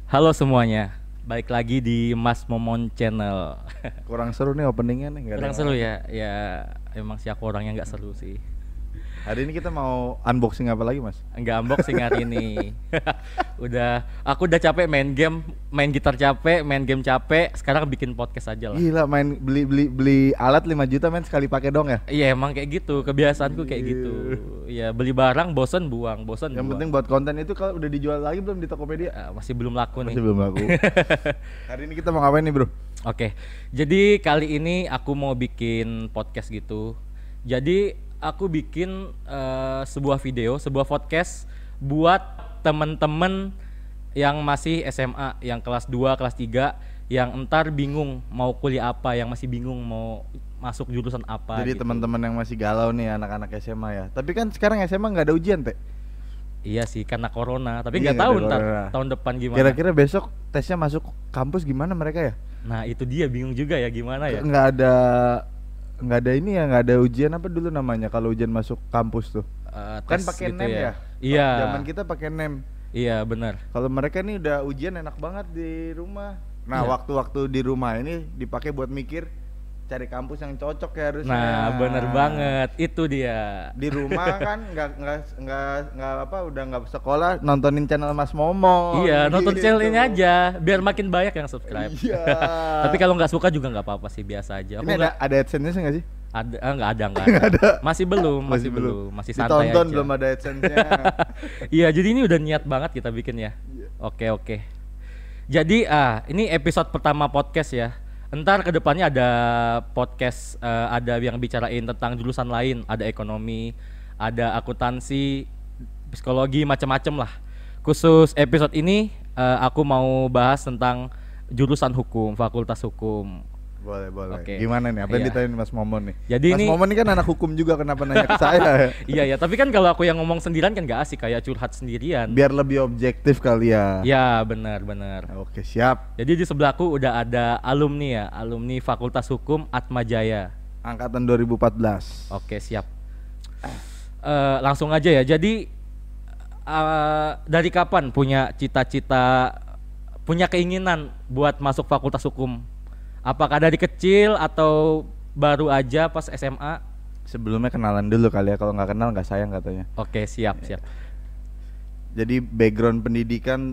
Halo semuanya, balik lagi di Mas Momon Channel. Kurang seru nih openingnya nih, nggak ada Kurang yang seru lain. ya, ya emang sih aku orangnya nggak seru sih. Hari ini kita mau unboxing apa lagi, Mas? Nggak unboxing hari ini. Aku udah capek main game, main gitar capek, main game capek. Sekarang bikin podcast aja lah. Gila, main beli alat 5 juta main sekali pakai dong ya. Iya emang kayak gitu, kebiasaanku kayak gitu. Iya beli barang, bosen buang, bosen Yang buang. penting buat konten itu kalau udah dijual lagi belum di Tokopedia? Masih belum laku nih. Masih belum laku. Hari ini kita mau ngapain nih, Bro? Oke, jadi kali ini aku mau bikin podcast gitu. Jadi aku bikin sebuah video, sebuah podcast buat temen-temen yang masih SMA, yang kelas 2, kelas 3, yang entar bingung mau kuliah apa, yang masih bingung mau masuk jurusan apa. Jadi gitu. teman-teman yang masih galau nih anak-anak SMA ya. Tapi kan sekarang SMA nggak ada ujian, Teh. Iya sih, karena corona. Tapi Iya, nggak tahu nggak ada ntar corona. tahun depan gimana. Kira-kira besok tesnya masuk kampus gimana mereka ya? Nah itu dia bingung juga ya gimana ya. Nggak ada ini ya, nggak ada ujian apa dulu namanya kalau ujian masuk kampus tuh. Kan Tes pakai gitu nem ya? Iya. Zaman kita pakai nem. Iya benar. Kalau mereka nih udah ujian enak banget di rumah. Nah, Iya. waktu-waktu di rumah ini dipakai buat mikir cari kampus yang cocok ya harusnya. Nah bener banget, itu dia. Di rumah kan nggak apa udah nggak sekolah nontonin channel Mas Momo. Iya, nonton gitu. channel ini aja biar makin banyak yang subscribe. Iya. Tapi kalau nggak suka juga nggak apa-apa sih, biasa aja. Aku Ini nggak ada AdSense-nya nggak sih? nggak ada. Masih belum, masih santai Ditonton aja. belum ada AdSense-nya. Iya, jadi ini udah niat banget kita bikin ya. Iya. Oke. Jadi ini episode pertama podcast ya. Entar kedepannya ada podcast, ada yang bicarain tentang jurusan lain, ada ekonomi, ada akuntansi, psikologi, macam-macam lah. Khusus episode ini aku mau bahas tentang jurusan hukum, fakultas hukum. Boleh. Oke. Gimana nih? Apa yang Iya. ditanyain Mas Momon nih? Jadi Mas ini- Momon ini kan anak hukum juga, kenapa nanya ke saya? Iya, tapi kan kalau aku yang ngomong sendirian kan gak asik, kayak curhat sendirian. Biar lebih objektif kali ya. Ya, benar. Oke, siap. Jadi di sebelahku udah ada alumni ya, alumni Fakultas Hukum Atmajaya. Angkatan 2014. Oke, siap. Langsung aja ya. Jadi dari kapan punya cita-cita, punya keinginan buat masuk Fakultas Hukum? Apakah dari kecil atau baru aja pas SMA? Sebelumnya kenalan dulu kali ya, kalau nggak kenal nggak sayang katanya. Oke, siap. Jadi background pendidikan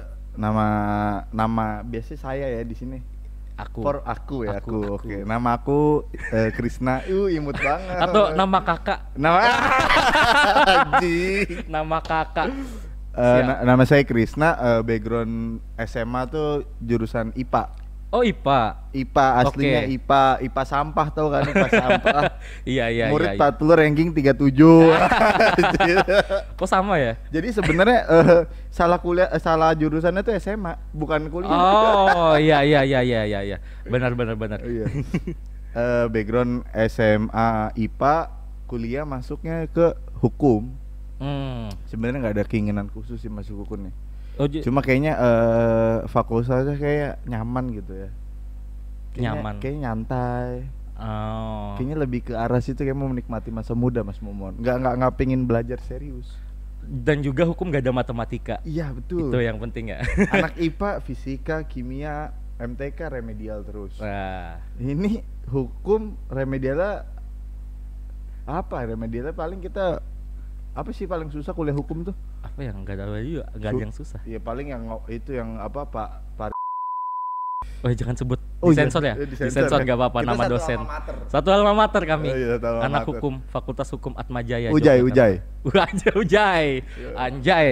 nama biasanya saya ya di sini. Aku. For aku ya, Aku. Oke, nama aku Krisna. Imut banget. Atau nama kakak? Nama anjing. Nama kakak. Nama saya Krisna, background SMA tuh jurusan IPA. Oh, IPA. IPA aslinya Oke. IPA sampah, tau kan, IPA sampah. Iya. Murid Iya. 40 ranking 37. Kok sama ya? Jadi sebenarnya salah jurusannya tuh SMA, bukan kuliah. Oh, iya. Benar. Iya. Background SMA IPA, kuliah masuknya ke hukum. Sebenarnya nggak ada keinginan khusus sih masuk hukum nih. Cuma kayaknya fakultasnya kayak nyaman gitu ya. Nyaman. Kayaknya nyantai. Oh. Kayaknya lebih ke arah situ, kayak mau menikmati masa muda Mas Momon. Nggak pengen belajar serius. Dan juga hukum gak ada matematika. Iya betul. Itu yang penting ya. Anak IPA, fisika, kimia, MTK remedial terus. Nah, Ini hukum remedialnya apa? Remedialnya paling kita apa sih paling susah kuliah hukum tuh? apa yang gak ada juga, gak ada yang susah. Iya paling yang itu yang apa Pak Oh, jangan sebut. Oh, iya. Disensor ya? Disensor Disensor ya. gak apa-apa, Kita nama satu dosen. alma mater. Satu alma mater kami. Oh, iya, satu alma Anak mater. hukum, Fakultas Hukum Atmajaya. Ujai. Ujai. Anjay.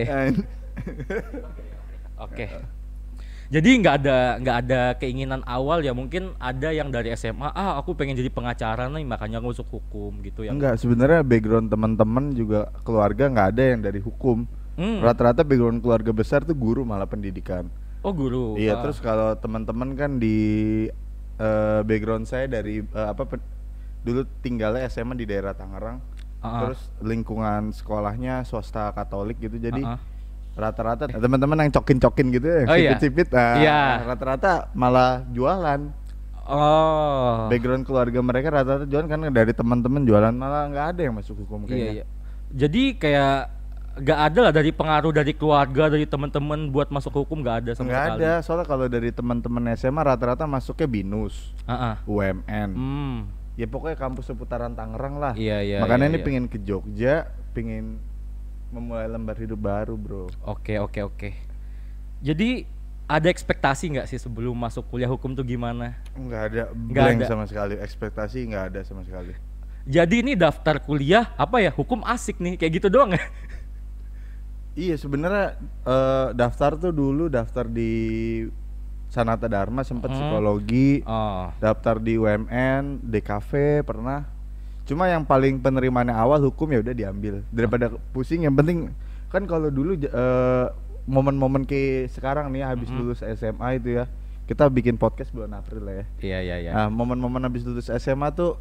Oke. Jadi nggak ada keinginan awal ya, mungkin ada yang dari SMA, aku pengen jadi pengacara nih makanya aku masuk hukum gitu ya. Enggak, sebenarnya background teman-teman juga keluarga nggak ada yang dari hukum. Hmm. Rata-rata background keluarga besar tuh guru malah pendidikan. Oh, guru. Iya, terus kalau teman-teman kan di background saya dari dulu tinggalnya SMA di daerah Tangerang. Terus lingkungan sekolahnya swasta Katolik gitu. Jadi rata-rata teman-teman yang cokin-cokin gitu ya, Oh, iya. sipit-sipit. Iya. Rata-rata malah jualan. Oh. Background keluarga mereka rata-rata jualan, karena dari teman-teman jualan malah nggak ada yang masuk hukum kayaknya. Iya. Jadi kayak Gak ada lah dari pengaruh dari keluarga, dari teman-teman buat masuk hukum, gak ada sama Nggak sekali. ada, soalnya kalau dari teman-teman SMA rata-rata masuknya BINUS, UMN. Ya pokoknya kampus seputaran Tangerang lah. Iya. Makanya ini iya. pengen ke Jogja, pengen memulai lembar hidup baru, bro. Oke. Jadi ada ekspektasi nggak sih sebelum masuk kuliah hukum tuh gimana? Nggak ada, Nggak blank ada. sama sekali. Ekspektasi nggak ada sama sekali. Jadi ini daftar kuliah apa ya, hukum asik nih kayak gitu doang ya? Iya sebenarnya daftar tuh dulu daftar di Sanata Dharma sempet psikologi, daftar di UMN, DKV pernah. Cuma yang paling penerimaannya awal hukum ya udah diambil daripada pusing. Yang penting kan kalau dulu momen-momen kayak sekarang nih habis lulus SMA itu ya, kita bikin podcast bulan April lah ya. Iya. Nah momen-momen habis lulus SMA tuh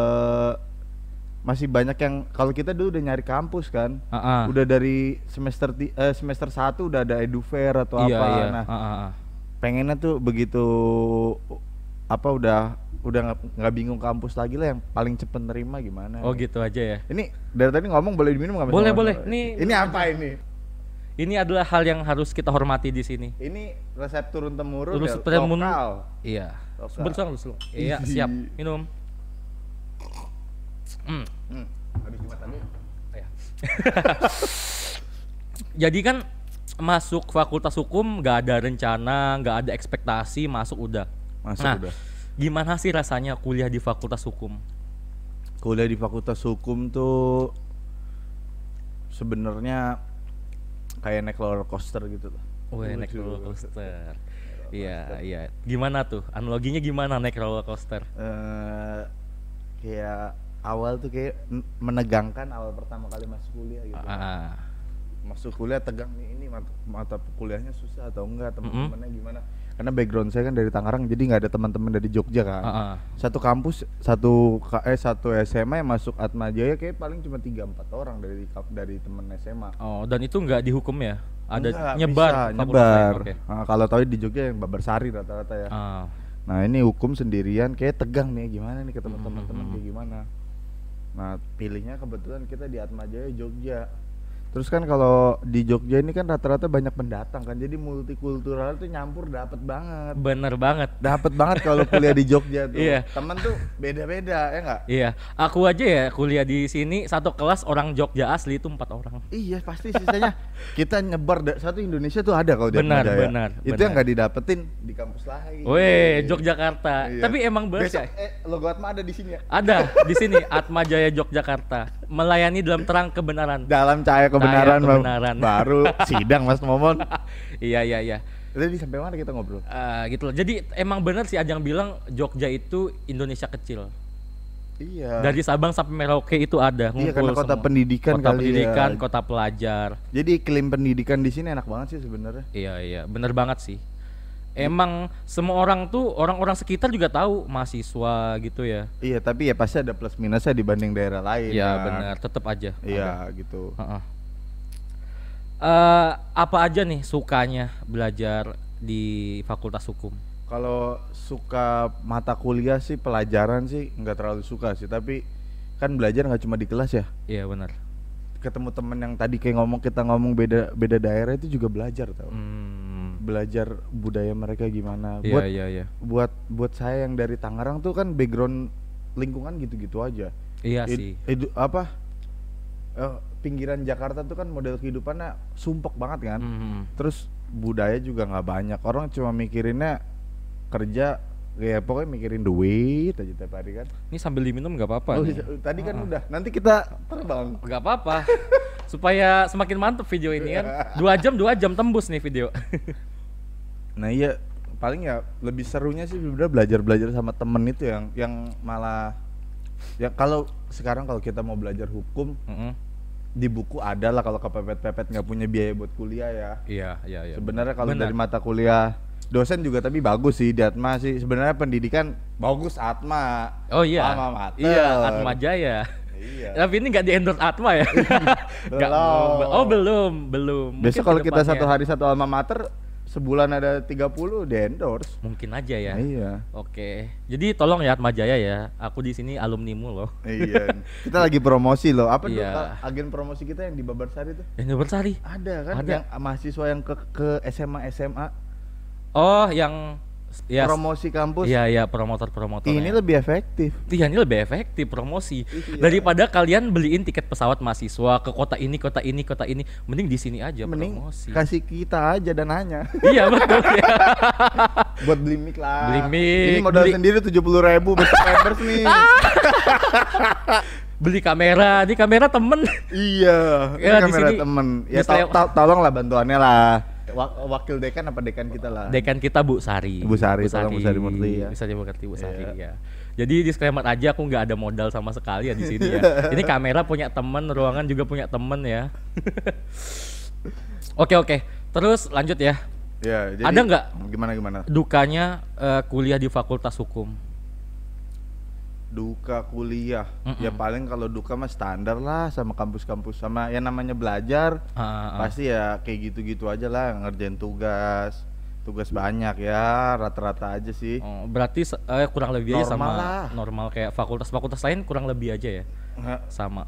masih banyak yang kalau kita dulu udah nyari kampus kan, udah dari semester 1 udah ada edufair atau Iya. Nah pengennya tuh begitu apa udah nggak bingung kampus lagi lah, yang paling cepet nerima gimana. Oh gitu aja ya. Ini dari tadi ngomong boleh diminum nggak? Boleh. Ini apa ini? Ini adalah hal yang harus kita hormati di sini. Ini resep turun temurun Turun ya, temurun. lokal. Iya. Lokal. Bersang. Iya, siap. Minum. Habis Jumat tadi. Ya. Jadi kan masuk fakultas hukum nggak ada rencana, nggak ada ekspektasi, masuk udah. Udah. Gimana sih rasanya kuliah di fakultas hukum? Kuliah di fakultas hukum tuh sebenarnya kayak naik roller coaster gitu loh. Naik roller coaster. Iya. Gimana tuh? Analoginya gimana naik roller coaster? Kayak awal tuh kayak menegangkan awal pertama kali masuk kuliah gitu. Masuk kuliah tegang nih, ini mata kuliahnya susah atau enggak, teman-temannya gimana? Karena background saya kan dari Tangerang, jadi nggak ada teman-teman dari Jogja kan. Satu kampus, satu SMA yang masuk Atma Jaya kayak paling cuma 3-4 orang dari teman SMA. Oh, dan itu nggak dihukum ya? Ada Enggak, nyebar. nyebar. Okay. Nah, kalau tahu di Jogja yang Babarsari rata-rata ya. Nah ini hukum sendirian kayak tegang nih, gimana nih ketemu teman-teman kayak gimana. Nah pilihnya kebetulan kita di Atma Jaya Jogja. Terus kan kalau di Jogja ini kan rata-rata banyak pendatang kan, jadi multikultural tuh nyampur dapet banget. Bener banget. Dapet banget kalau kuliah di Jogja tuh. Iya. Temen tuh beda-beda ya nggak? Iya, aku aja ya kuliah di sini satu kelas orang Jogja asli itu 4 orang. Iya pasti sisanya kita nyebar satu Indonesia tuh ada kalau di Benar, Atma Jaya. benar, Itu benar. yang nggak didapetin di kampus lain. Weh, Yogyakarta. Iya. Tapi emang bener Besok ya? logo Atma ada di sini ya? Ada di sini Atma Jaya Yogyakarta, melayani dalam terang kebenaran. Dalam cahaya kebenaran, kebenaran. baru sidang Mas Momon. Iya. Tadi sampai mana kita ngobrol? Gitu loh. Jadi emang bener sih Ajang bilang Jogja itu Indonesia kecil. Iya. Dari Sabang sampai Merauke itu ada. Iya, Ngumpul karena kota semua. pendidikan kota kali pendidikan, ya. kota pelajar. Jadi iklim pendidikan di sini enak banget sih sebenarnya. Iya, bener banget sih. Emang semua orang tuh, orang-orang sekitar juga tahu mahasiswa gitu ya. Iya, tapi ya pasti ada plus minusnya dibanding daerah lain. Iya kan. benar, tetap aja. Iya, gitu. Apa aja nih sukanya belajar di Fakultas Hukum? Kalau suka mata kuliah sih, pelajaran sih nggak terlalu suka sih, tapi kan belajar nggak cuma di kelas ya. Iya benar. Ketemu temen yang tadi kayak kita ngomong beda daerah itu juga belajar tau. Belajar budaya mereka gimana. Iya. Buat saya yang dari Tangerang tuh kan background lingkungan gitu-gitu aja. Iya sih. Pinggiran Jakarta tuh kan model kehidupannya sumpek banget kan. Terus budaya juga nggak banyak. Orang cuma mikirinnya kerja, ya pokoknya mikirin duit aja tiap hari kan. Ini sambil diminum nggak apa-apa. Tadi kan udah. Nanti kita terbang. Nggak apa-apa. Supaya semakin mantep video ini kan. 2 jam tembus nih video. Nah iya, paling ya lebih serunya sih udah belajar sama temen itu yang malah ya kalau sekarang kalau kita mau belajar hukum di buku ada lah, kalau kepepet-pepet nggak punya biaya buat kuliah ya. Iya. Sebenarnya kalau dari mata kuliah dosen juga tapi bagus sih di Atma sih. Sebenarnya pendidikan bagus Atma. Oh iya. Alma mater. Iya, Atma Jaya. Iya. Tapi ini nggak di endorse Atma ya? Belum. Oh belum. Besok kalau kita satu hari satu alma mater, sebulan ada 30 di endorse. Mungkin aja ya. Iya. Oke. Jadi tolong ya Atma Jaya ya. Aku di sini alumnimu loh. Iya. Kita lagi promosi loh. Apa tuh Iya. agen promosi kita yang di Babarsari tuh? Yang Bersari. Ada kan Ada. yang mahasiswa yang ke SMA. Oh, yang ya Promosi kampus. iya promotor-promotor. Ini lebih efektif. Iya, ini lebih efektif promosi. Iya. Daripada kalian beliin tiket pesawat mahasiswa ke kota ini, mending di sini aja Mending promosi. kasih kita aja dananya. Iya betul ya. Buat beli mic lah. Beli mic, Ini modal beli- sendiri 70.000 besok members nih. Beli kamera, di kamera temen. Iya. Ini Ya, di kamera sini temen. Ya bisa- tolong lah bantuannya lah. Wakil dekan apa dekan kita lah. Dekan kita Bu Sari. Bu Sari, tolong Bu Sari Murti ya. Bisa dimengerti Bu Sari Iya. ya. Jadi disclaimer aja, aku nggak ada modal sama sekali ya di sini ya. Ini kamera punya temen, ruangan juga punya temen ya. Oke. Terus lanjut ya. Ya, jadi Ada nggak gimana? dukanya kuliah di Fakultas Hukum? Duka kuliah. Ya paling kalau duka mah standar lah sama kampus-kampus, sama yang namanya belajar. Pasti ya kayak gitu-gitu aja lah, ngerjain tugas banyak ya, rata-rata aja sih. Oh, berarti kurang lebih aja Normal sama lah. normal kayak fakultas-fakultas lain, kurang lebih aja ya Nggak- sama.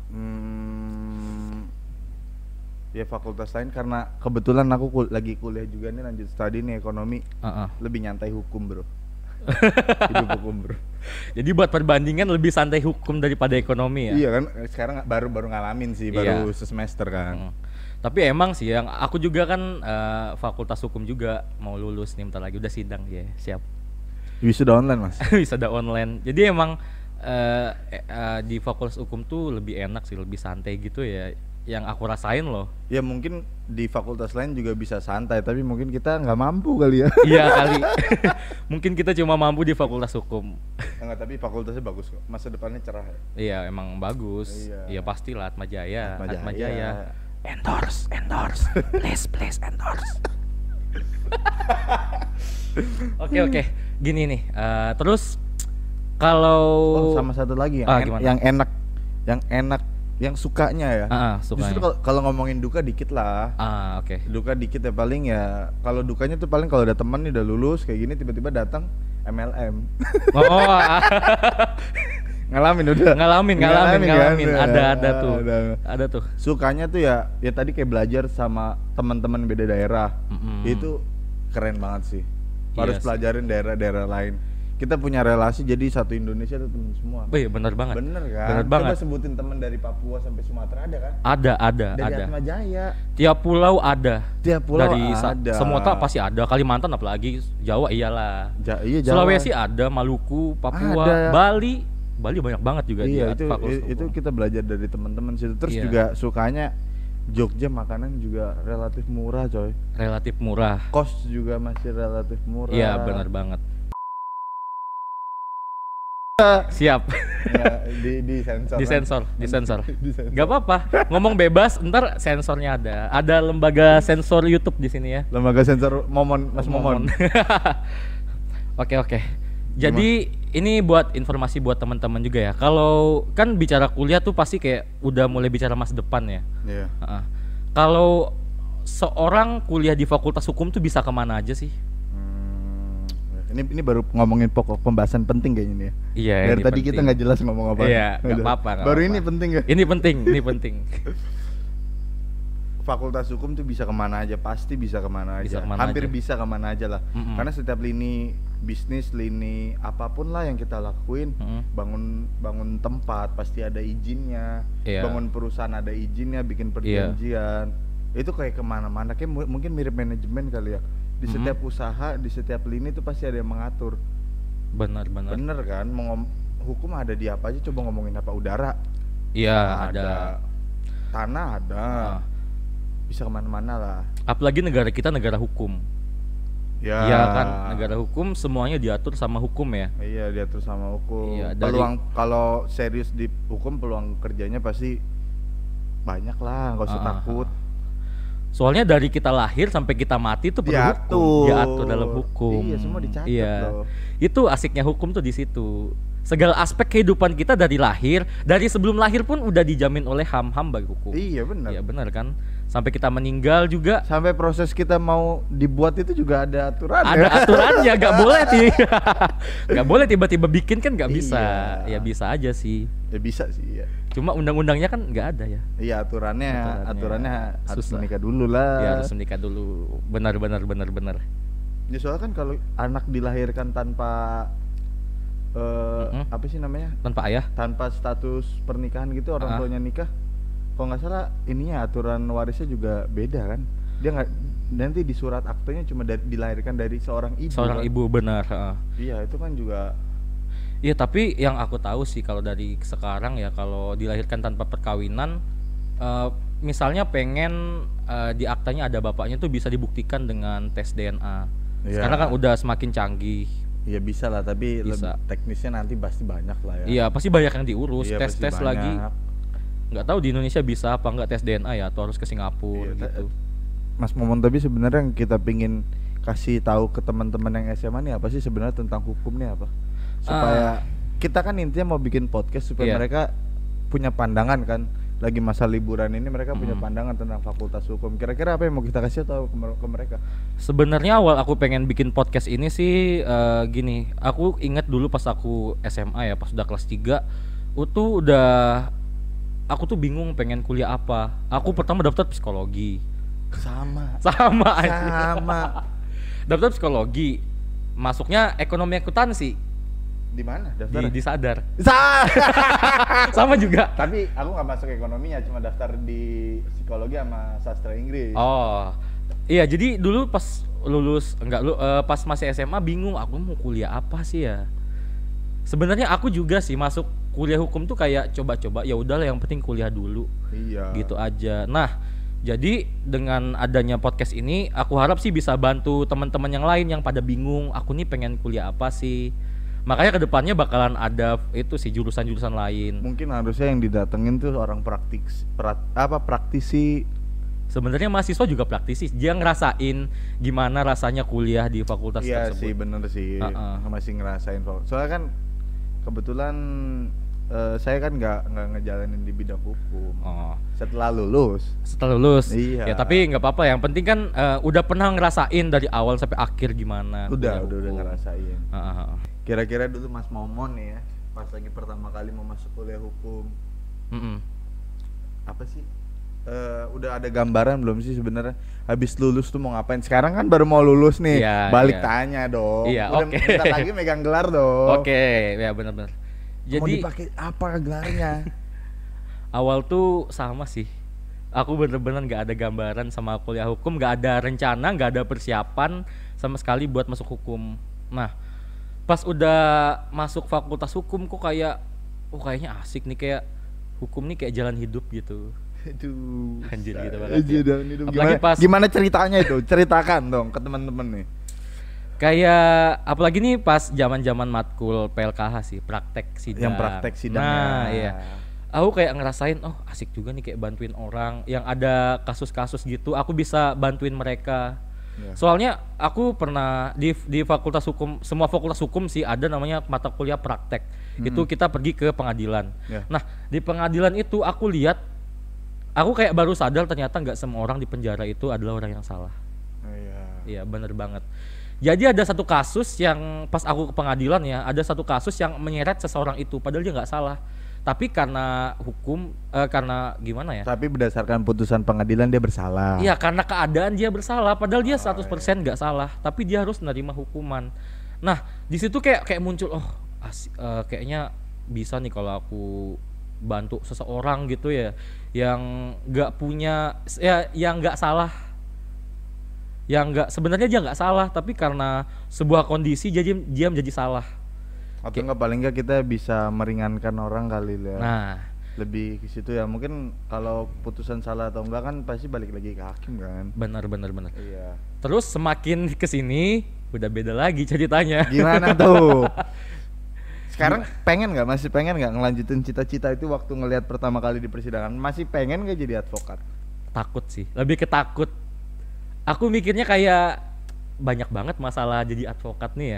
Ya fakultas lain karena kebetulan aku lagi kuliah juga nih, lanjut studi nih ekonomi. Lebih nyantai hukum bro. Hidup hukum bro. Jadi buat perbandingan lebih santai hukum daripada ekonomi ya. Iya kan, sekarang baru ngalamin sih, baru Iya. semester kan. Tapi emang sih yang aku juga kan fakultas hukum juga mau lulus nih bentar lagi, udah sidang ya, siap. Wisuda online mas. Wisuda online. Jadi emang di fakultas hukum tuh lebih enak sih, lebih santai gitu ya. Yang aku rasain loh. Ya mungkin di fakultas lain juga bisa santai, tapi mungkin kita nggak mampu kali ya. Iya kali. Mungkin kita cuma mampu di fakultas hukum. Enggak, tapi fakultasnya bagus kok, masa depannya cerah ya. Iya emang bagus. Iya. Iya pastilah Atma Jaya. Atma Atma Jaya. Jaya. Endorse. Please endorse. Oke. Gini nih. Terus kalau Oh, sama satu lagi gimana? yang enak, yang sukanya ya. Sukanya. Justru kalau ngomongin duka dikit lah. Oke. Duka dikit ya paling ya. Kalau dukanya tuh paling kalau ada teman nih udah lulus kayak gini tiba-tiba datang MLM. Oh, Ngalamin udah. ngalamin. kan? Ada tuh. Sukanya tuh ya tadi kayak belajar sama teman-teman beda daerah. Itu keren banget sih. Harus Iya sih. pelajarin daerah-daerah lain. Kita punya relasi jadi satu Indonesia tuh temen semua. Wih, bener banget. Bener kan? Bener Coba banget. sebutin teman dari Papua sampai Sumatera ada kan? Ada. Dari Atma Jaya. Tiap pulau ada. Tiap pulau Dari ada. Sumatera pasti ada. Kalimantan apalagi. Jawa iyalah. Iya, Jawa. Sulawesi ada, Maluku, Papua, Ada. Bali banyak banget juga Iya, di fakultas itu hukum. kita belajar dari teman-teman situ. Terus Iya. juga sukanya Jogja makanan juga relatif murah, coy. Relatif murah. Kos juga masih relatif murah. Iya, benar banget. Siap. Ya, di sensor. Di sensor. Di sensor. Gak apa-apa. Ngomong bebas, ntar sensornya ada. Ada lembaga sensor YouTube di sini ya. Lembaga sensor Mas Momon. Oke. Jadi ini buat informasi buat teman-teman juga ya. Kalau kan bicara kuliah tuh pasti kayak udah mulai bicara masa depan ya. Iya. Kalau seorang kuliah di fakultas hukum tuh bisa kemana aja sih? Ini baru ngomongin pokok pembahasan penting kayaknya nih ya. Iya. Dari ini tadi penting. kita nggak jelas ngomong apa. Iya, nggak apa-apa. Baru ini penting ya. Ini penting. Fakultas hukum tuh bisa kemana aja, pasti bisa kemana aja. Bisa kemana Hampir aja. bisa kemana aja lah. Karena setiap lini bisnis, lini apapun lah yang kita lakuin, bangun tempat pasti ada izinnya. Iya. Bangun perusahaan ada izinnya, bikin perjanjian. Itu kayak kemana-mana, kayak mungkin mirip manajemen kali ya. Di setiap usaha, di setiap lini tuh pasti ada yang mengatur. Benar. Bener kan? Hukum ada di apa aja? Coba ngomongin apa? Udara Iya, ada. tanah ada. Bisa kemana-mana lah. Apalagi negara kita negara hukum. Ya. Iya kan, negara hukum semuanya diatur sama hukum ya. Iya, diatur sama hukum. Iya, Peluang kalau serius di hukum, peluang kerjanya pasti banyak lah, nggak usah takut. Soalnya dari kita lahir sampai kita mati tuh perlu hukum, diatur dalam hukum. Iya, semua dicatat Iya. loh. Itu asiknya hukum tuh di situ. segala aspek kehidupan kita dari lahir, dari sebelum lahir pun udah dijamin oleh HAM bagiku. Iya benar. Iya benar kan. Sampai kita meninggal juga. Sampai proses kita mau dibuat itu juga ada aturan. Ada aturannya, nggak boleh nggak boleh tiba-tiba bikin kan nggak bisa. Iya. Ya bisa aja sih. Ya bisa sih ya. Cuma undang-undangnya kan nggak ada ya. Iya aturannya harus susah. menikah dulu lah. Ya harus menikah dulu. Benar. Ya soalnya kan kalau anak dilahirkan tanpa apa sih namanya? Tanpa ayah? Tanpa status pernikahan gitu, orang tuanya nikah. Kalau nggak salah ininya aturan warisnya juga beda kan? Dia nggak, nanti di surat aktenya cuma dilahirkan dari seorang ibu. Seorang kan? ibu benar. Iya itu kan juga. Iya tapi yang aku tahu sih kalau dari sekarang ya, kalau dilahirkan tanpa perkawinan, misalnya pengen di aktanya ada bapaknya tuh bisa dibuktikan dengan tes DNA. Iya. Sekarang kan udah semakin canggih. Iya bisa lah, tapi Bisa. teknisnya nanti pasti banyak lah ya. Iya pasti banyak yang diurus, Iya, pasti tes lagi. banyak. Nggak tahu di Indonesia bisa apa nggak tes DNA ya, atau harus ke Singapura gitu. Mas Momon, tapi sebenarnya yang kita pingin kasih tahu ke teman-teman yang SMA nih apa sih sebenarnya tentang hukum nih apa? Supaya kita kan intinya mau bikin podcast supaya mereka punya pandangan kan. Lagi masa liburan ini mereka punya pandangan tentang fakultas hukum. Kira-kira apa yang mau kita kasih tahu ke mereka? Sebenarnya awal aku pengen bikin podcast ini sih gini. Aku ingat dulu pas aku SMA ya, pas udah kelas 3, aku tuh bingung pengen kuliah apa. Aku pertama daftar psikologi. Sama. Daftar psikologi. Masuknya ekonomi akuntansi. Di mana daftar? Di Sadar. Sama juga. Tapi aku nggak masuk ekonominya, cuma daftar di psikologi sama sastra Inggris. Oh. Iya, jadi dulu pas pas masih SMA bingung aku mau kuliah apa sih ya. Sebenarnya aku juga sih masuk kuliah hukum tuh kayak coba-coba, ya udahlah yang penting kuliah dulu. Iya. Gitu aja. Nah, jadi dengan adanya podcast ini aku harap sih bisa bantu teman-teman yang lain yang pada bingung, aku nih pengen kuliah apa sih. Makanya kedepannya bakalan ada itu sih jurusan-jurusan lain. Mungkin harusnya yang didatengin tuh orang praktisi. Sebenarnya mahasiswa juga praktisi, dia ngerasain gimana rasanya kuliah di fakultas tersebut. Iya sih, bener sih. Masih ngerasain. Soalnya kan kebetulan saya kan nggak ngejalanin di bidang hukum. Setelah lulus. Iya. Ya tapi nggak apa-apa, yang penting kan udah pernah ngerasain dari awal sampai akhir gimana. Udah ngerasain. Kira-kira dulu Mas Momon nih ya, pas lagi pertama kali mau masuk kuliah hukum, apa sih? Udah ada gambaran belum sih sebenarnya habis lulus tuh mau ngapain? Sekarang kan baru mau lulus nih, balik tanya dong. Iya, udah bentar lagi megang gelar dong. Oke, ya benar-benar. Jadi mau dipakai apa gelarnya? Awal tuh sama sih. Aku bener-bener nggak ada gambaran sama kuliah hukum, nggak ada rencana, nggak ada persiapan sama sekali buat masuk hukum. Nah, pas udah masuk fakultas hukum kok kayak, kayaknya asik nih, kayak hukum nih kayak jalan hidup gitu. Aduh, anjir gitu banget. Apalagi gimana ceritanya itu? Ceritakan dong ke teman-teman nih. Kayak apalagi nih pas zaman-zaman matkul PLKH sih, praktek sidang. Yang praktek sidangnya. Nah, iya. Aku kayak ngerasain, asik juga nih kayak bantuin orang yang ada kasus-kasus gitu, aku bisa bantuin mereka. Soalnya aku pernah di fakultas hukum, semua fakultas hukum sih ada namanya mata kuliah praktek. Itu kita pergi ke pengadilan. Nah, di pengadilan itu aku lihat, aku kayak baru sadar ternyata nggak semua orang di penjara itu adalah orang yang salah. Iya, bener banget. Jadi ada satu kasus yang pas aku ke pengadilan ya, ada satu kasus yang menyeret seseorang itu padahal dia nggak salah. Tapi karena hukum, karena gimana ya? Tapi berdasarkan putusan pengadilan dia bersalah. Iya, karena keadaan dia bersalah, padahal dia 100% nggak salah, tapi dia harus menerima hukuman. Nah, di situ kayak muncul, kayaknya bisa nih kalau aku bantu seseorang gitu ya, yang nggak punya, ya yang nggak salah, yang nggak, sebenarnya dia nggak salah, tapi karena sebuah kondisi jadi dia menjadi salah. Atau enggak paling enggak kita bisa meringankan orang kali ya. Nah, lebih ke situ ya. Mungkin kalau putusan salah atau enggak kan pasti balik lagi ke hakim kan. Benar. Iya. Terus semakin kesini udah beda lagi ceritanya. Gimana tuh? Sekarang masih pengen nggak ngelanjutin cita-cita itu waktu ngelihat pertama kali di persidangan? Masih pengen nggak jadi advokat? Takut sih, lebih ke takut. Aku mikirnya kayak banyak banget masalah jadi advokat nih ya.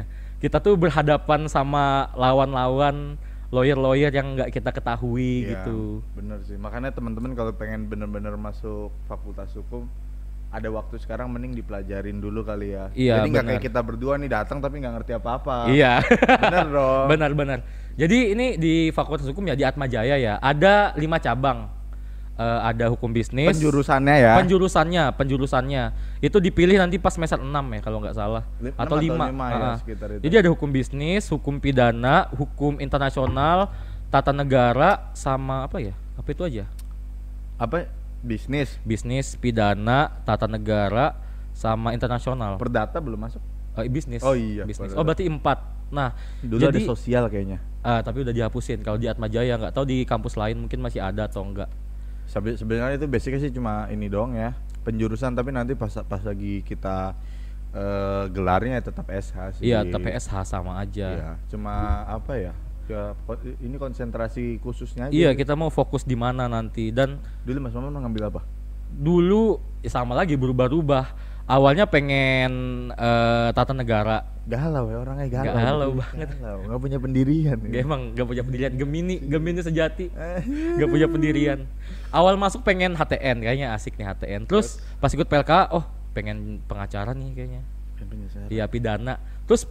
kita tuh berhadapan sama lawan-lawan lawyer-lawyer yang nggak kita ketahui Iya, gitu. bener sih. Makanya teman-teman kalau pengen bener-bener masuk fakultas hukum, ada waktu sekarang mending dipelajarin dulu kali ya. Iya, Jadi nggak bener. kayak kita berdua nih datang tapi nggak ngerti apa-apa. Iya. Bener dong. Benar-benar. Jadi ini di Fakultas Hukum ya di Atma Jaya ya, ada 5 cabang. Ada hukum bisnis. Penjurusannya ya. Penjurusannya itu dipilih nanti pas semester 6 ya kalau nggak salah, atau 5. ya, sekitar itu. Jadi ada hukum bisnis, hukum pidana, hukum internasional, tata negara, sama apa ya? Apa itu aja? Apa? Bisnis. Bisnis, pidana, tata negara, sama internasional. Perdata belum masuk. Bisnis. Oh iya, Bisnis. perdata. Oh berarti 4. Nah, Dulu jadi ada sosial kayaknya. tapi udah dihapusin kalau di Atma Jaya, nggak tahu di kampus lain mungkin masih ada atau enggak. Sebenarnya itu basicnya sih cuma ini doang ya, penjurusan, tapi nanti pas lagi kita gelarnya ya tetap SH sih. Iya, tapi SH sama aja. Iya, cuma apa ya? Ya ini konsentrasi khususnya aja. Iya, kita mau fokus di mana nanti. Dan Dulu Mas Maman ngambil apa? dulu sama lagi berubah-ubah. Awalnya pengen tata negara. Galau ya, orangnya galau. Galau banget. Galau, nggak punya pendirian. Emang gak punya pendirian. Gemini sejati. Gak punya pendirian. Awal masuk pengen HTN, kayaknya asik nih HTN. Terus pas ikut PLK, oh pengen pengacara nih kayaknya. Iya, pidana. Terus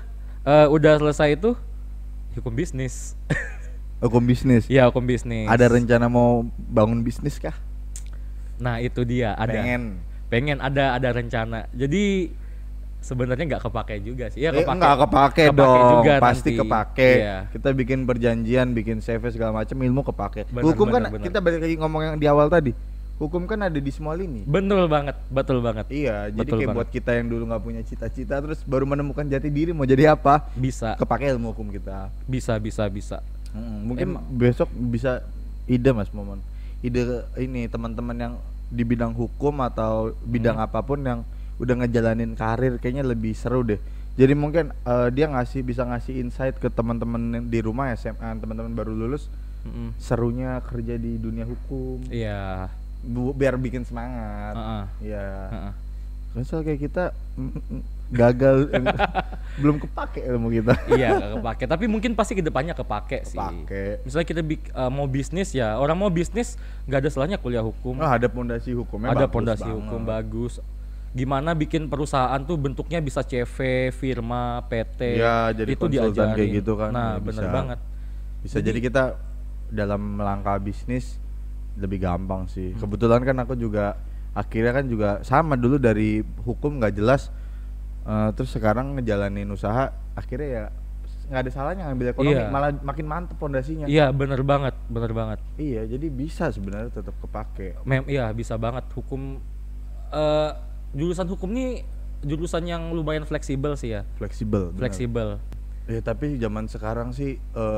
udah selesai itu hukum bisnis. Hukum bisnis. Iya, hukum bisnis. Ada rencana mau bangun bisnis kah? Nah itu dia, ada. Pengen ada rencana. Jadi sebenarnya nggak kepake juga sih. Ya kepake. Nggak kepake dong. Juga pasti nanti. kepake. Iya. Kita bikin perjanjian, bikin CV segala macam, ilmu kepake. Bener, Hukum kan bener. kita balik lagi ngomong yang di awal tadi. Hukum kan ada di semua lini. Betul banget. Iya, jadi Betul kayak banget. buat kita yang dulu nggak punya cita-cita terus baru menemukan jati diri mau jadi apa, Bisa, kepake ilmu hukum kita. bisa. Mungkin besok bisa ide Mas Momon. Ide ini teman-teman yang di bidang hukum atau bidang apapun yang udah ngejalanin karir kayaknya lebih seru deh. Jadi mungkin dia bisa ngasih insight ke teman-teman di rumah SMA, teman-teman baru lulus, serunya kerja di dunia hukum. Iya. Biar bikin semangat. Iya. Misal kayak kita gagal belum kepake ilmu kita. Iya, gak kepake. Tapi mungkin pasti kedepannya kepake sih. Misalnya kita mau bisnis ya, orang mau bisnis nggak ada salahnya kuliah hukum. Ada pondasi hukumnya. Ada pondasi hukum bagus. Gimana bikin perusahaan tuh bentuknya bisa CV, firma, PT. Ya, jadi itu konsultan diajarin. kayak gitu kan. Nah, Ya, bener banget. Bisa jadi kita dalam melangkah bisnis lebih gampang sih. Kebetulan kan aku juga akhirnya kan juga sama, dulu dari hukum nggak jelas, terus sekarang ngejalanin usaha, akhirnya ya nggak ada salahnya ngambil ekonomi. Iya. Malah makin mantep pondasinya. Iya, bener banget. Iya, jadi bisa sebenarnya tetap kepake. Iya, bisa banget. Hukum jurusan hukum nih jurusan yang lumayan fleksibel sih ya. Fleksibel. Ya tapi zaman sekarang sih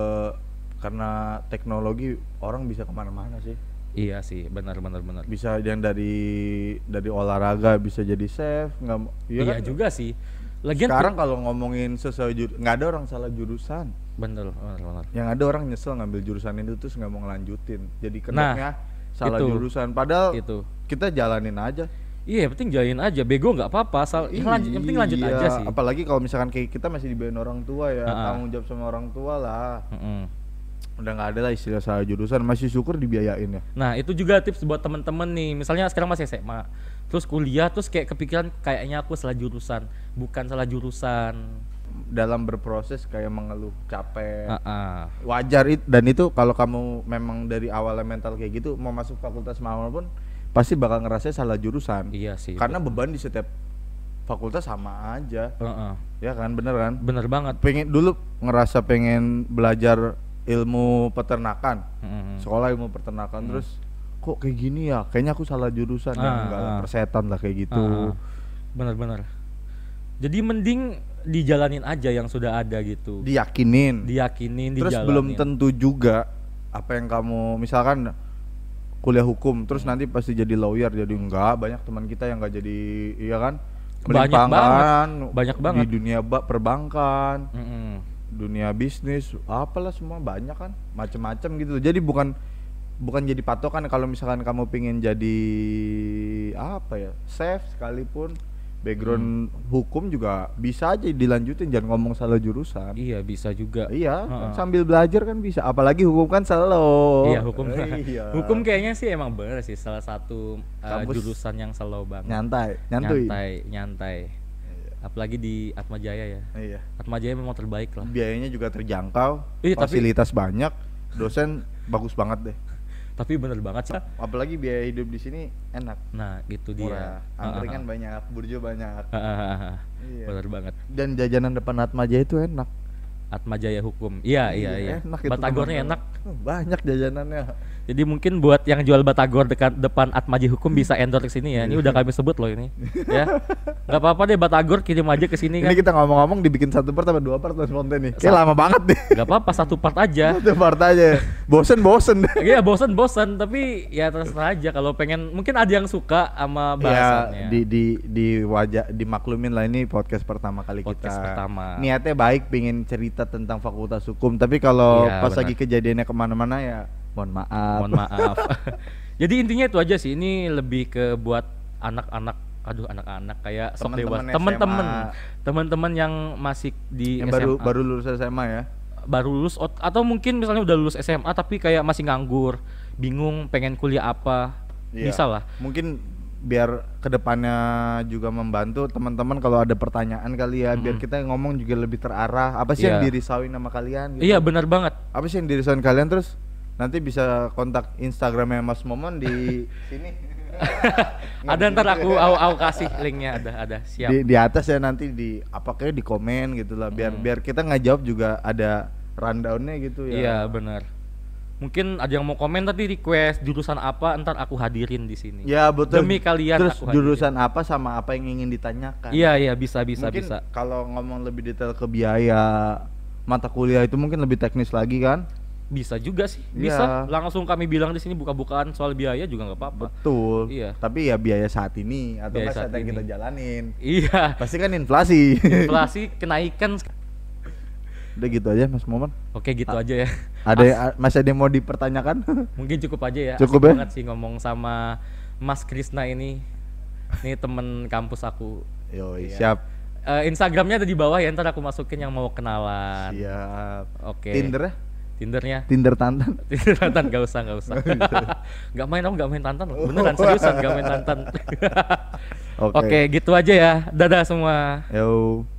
karena teknologi orang bisa kemana-mana sih. Iya sih, benar. Bisa yang dari olahraga bisa jadi chef, Iya kan? juga sih. Lagian Sekarang kalau ngomongin sesuai nggak ada orang salah jurusan. bener. Yang ada orang nyesel ngambil jurusan itu terus nggak mau ngelanjutin. Jadi kenanya salah itu. jurusan. Padahal Itu. kita jalanin aja. Iya, yang penting jalanin aja. Bego nggak apa-apa, yang penting lanjut Iya, aja sih. apalagi kalau misalkan kayak kita masih dibayarin orang tua ya, tanggung jawab sama orang tua lah. Udah nggak ada lah istilah salah jurusan, masih syukur dibiayain ya. Nah, itu juga tips buat temen-temen nih. Misalnya sekarang masih SMA, terus kuliah, terus kayak kepikiran kayaknya aku salah jurusan. Bukan salah jurusan. Dalam berproses kayak mengeluh capek, Wajar dan itu kalau kamu memang dari awalnya mental kayak gitu, mau masuk fakultas manapun pasti bakal ngerasa salah jurusan. Iya sih. Karena beban di setiap fakultas sama aja. Ya kan, bener kan? Bener banget. Dulu ngerasa pengen belajar ilmu peternakan, sekolah ilmu peternakan, terus kok kayak gini ya, kayaknya aku salah jurusan. Enggak lah, persetan lah kayak gitu. Bener. Jadi mending dijalanin aja yang sudah ada gitu. Diyakinin, terus dijalanin. belum tentu juga apa yang kamu misalkan kuliah hukum terus nanti pasti jadi lawyer, jadi enggak. Banyak teman kita yang enggak jadi, iya kan, banyak banget di dunia perbankan, dunia bisnis, apalah semua banyak kan, macam-macam gitu. Jadi bukan jadi patokan kalau misalkan kamu pingin jadi apa ya, chef sekalipun, background hukum juga bisa aja dilanjutin, jangan ngomong salah jurusan. Iya bisa juga. Iya, sambil belajar kan bisa. Apalagi hukum kan slow. Iya hukum. Iya. Hukum kayaknya sih emang bener sih salah satu jurusan yang slow banget. Nyantai. Apalagi di Atma Jaya ya. Iya. Atma Jaya memang terbaik lah. Biayanya juga terjangkau, Iya, fasilitas banyak, dosen bagus banget deh. Tapi bener banget sih. Apalagi biaya hidup di sini enak. Nah, gitu Murah. dia. Angkringan banyak, burjo banyak. Iya. Bener banget. Dan jajanan depan Atma Jaya itu enak. Atma Jaya Hukum. Iya. Enak itu, Batagornya teman-teman. enak. Banyak jajanannya. Jadi mungkin buat yang jual batagor depan Atma Jaya Hukum bisa endorse ke sini ya. Ini udah kami sebut loh ini. Ya. Enggak apa-apa deh batagor kirim aja ke sini kan. Ini kita ngomong-ngomong dibikin 1 part apa 2 part konten nih. Kayak lama banget nih. Enggak apa-apa 1 part aja. 1 part aja. Bosen. Iya bosen tapi ya terserah aja kalau pengen, mungkin ada yang suka sama bahasannya. Ya, di wajah dimaklumin lah, ini podcast pertama kali Podcast kita. pertama. Niatnya baik, pengen cerita tentang fakultas hukum, tapi kalau Iya, pas benar. lagi kejadiannya kemana-mana ya mohon maaf. Mohon maaf. Jadi intinya itu aja sih. Ini lebih ke buat anak-anak, anak-anak kayak sok Temen-temen dewasa. SMA. Teman-teman yang masih di Yang SMA. baru lulus SMA ya. Baru lulus atau mungkin misalnya udah lulus SMA tapi kayak masih nganggur, bingung pengen kuliah apa. Iya. Bisa lah. Mungkin biar kedepannya juga membantu teman-teman kalau ada pertanyaan kali ya, biar kita ngomong juga lebih terarah. Apa sih yang Iya. dirisauin sama kalian gitu. Iya benar banget. Apa sih yang dirisauin kalian, terus nanti bisa kontak Instagramnya Mas Momon di sini. Ada ntar aku kasih linknya, ada siap. Di atas ya, nanti di apa kayak di komen gitu lah, biar kita ngejawab juga ada rundownnya gitu ya. Iya benar. Mungkin ada yang mau komen tapi request jurusan apa, ntar aku hadirin di sini. Ya betul. Demi kalian Terus aku hadirin. jurusan apa sama apa yang ingin ditanyakan. Iya bisa Mungkin bisa. kalau ngomong lebih detail ke biaya mata kuliah itu mungkin lebih teknis lagi kan. Bisa juga sih. Iya. Bisa. Langsung kami bilang di sini buka-bukaan soal biaya juga nggak apa-apa. Betul. Iya. Tapi ya biaya saat ini atau Biaya saat saat yang ini. kita jalanin. Iya. Pasti kan inflasi. Inflasi kenaikan. Udah gitu aja Mas Momon. Oke gitu aja ya. Masih ada yang mau dipertanyakan? Mungkin cukup aja ya. Cukup Asik ya? banget sih ngomong sama Mas Krisna ini. Ini temen kampus aku. Yoi, Iya. siap. Instagramnya ada di bawah ya, ntar aku masukin yang mau kenalan. Siap. Oke. Tinder ya? Tindernya. Tinder Tantan. Tinder Tantan gak usah. Gak main, aku gak main Tantan loh. Beneran seriusan gak main Tantan. Oke. Oke gitu aja ya. Dadah semua. Yo.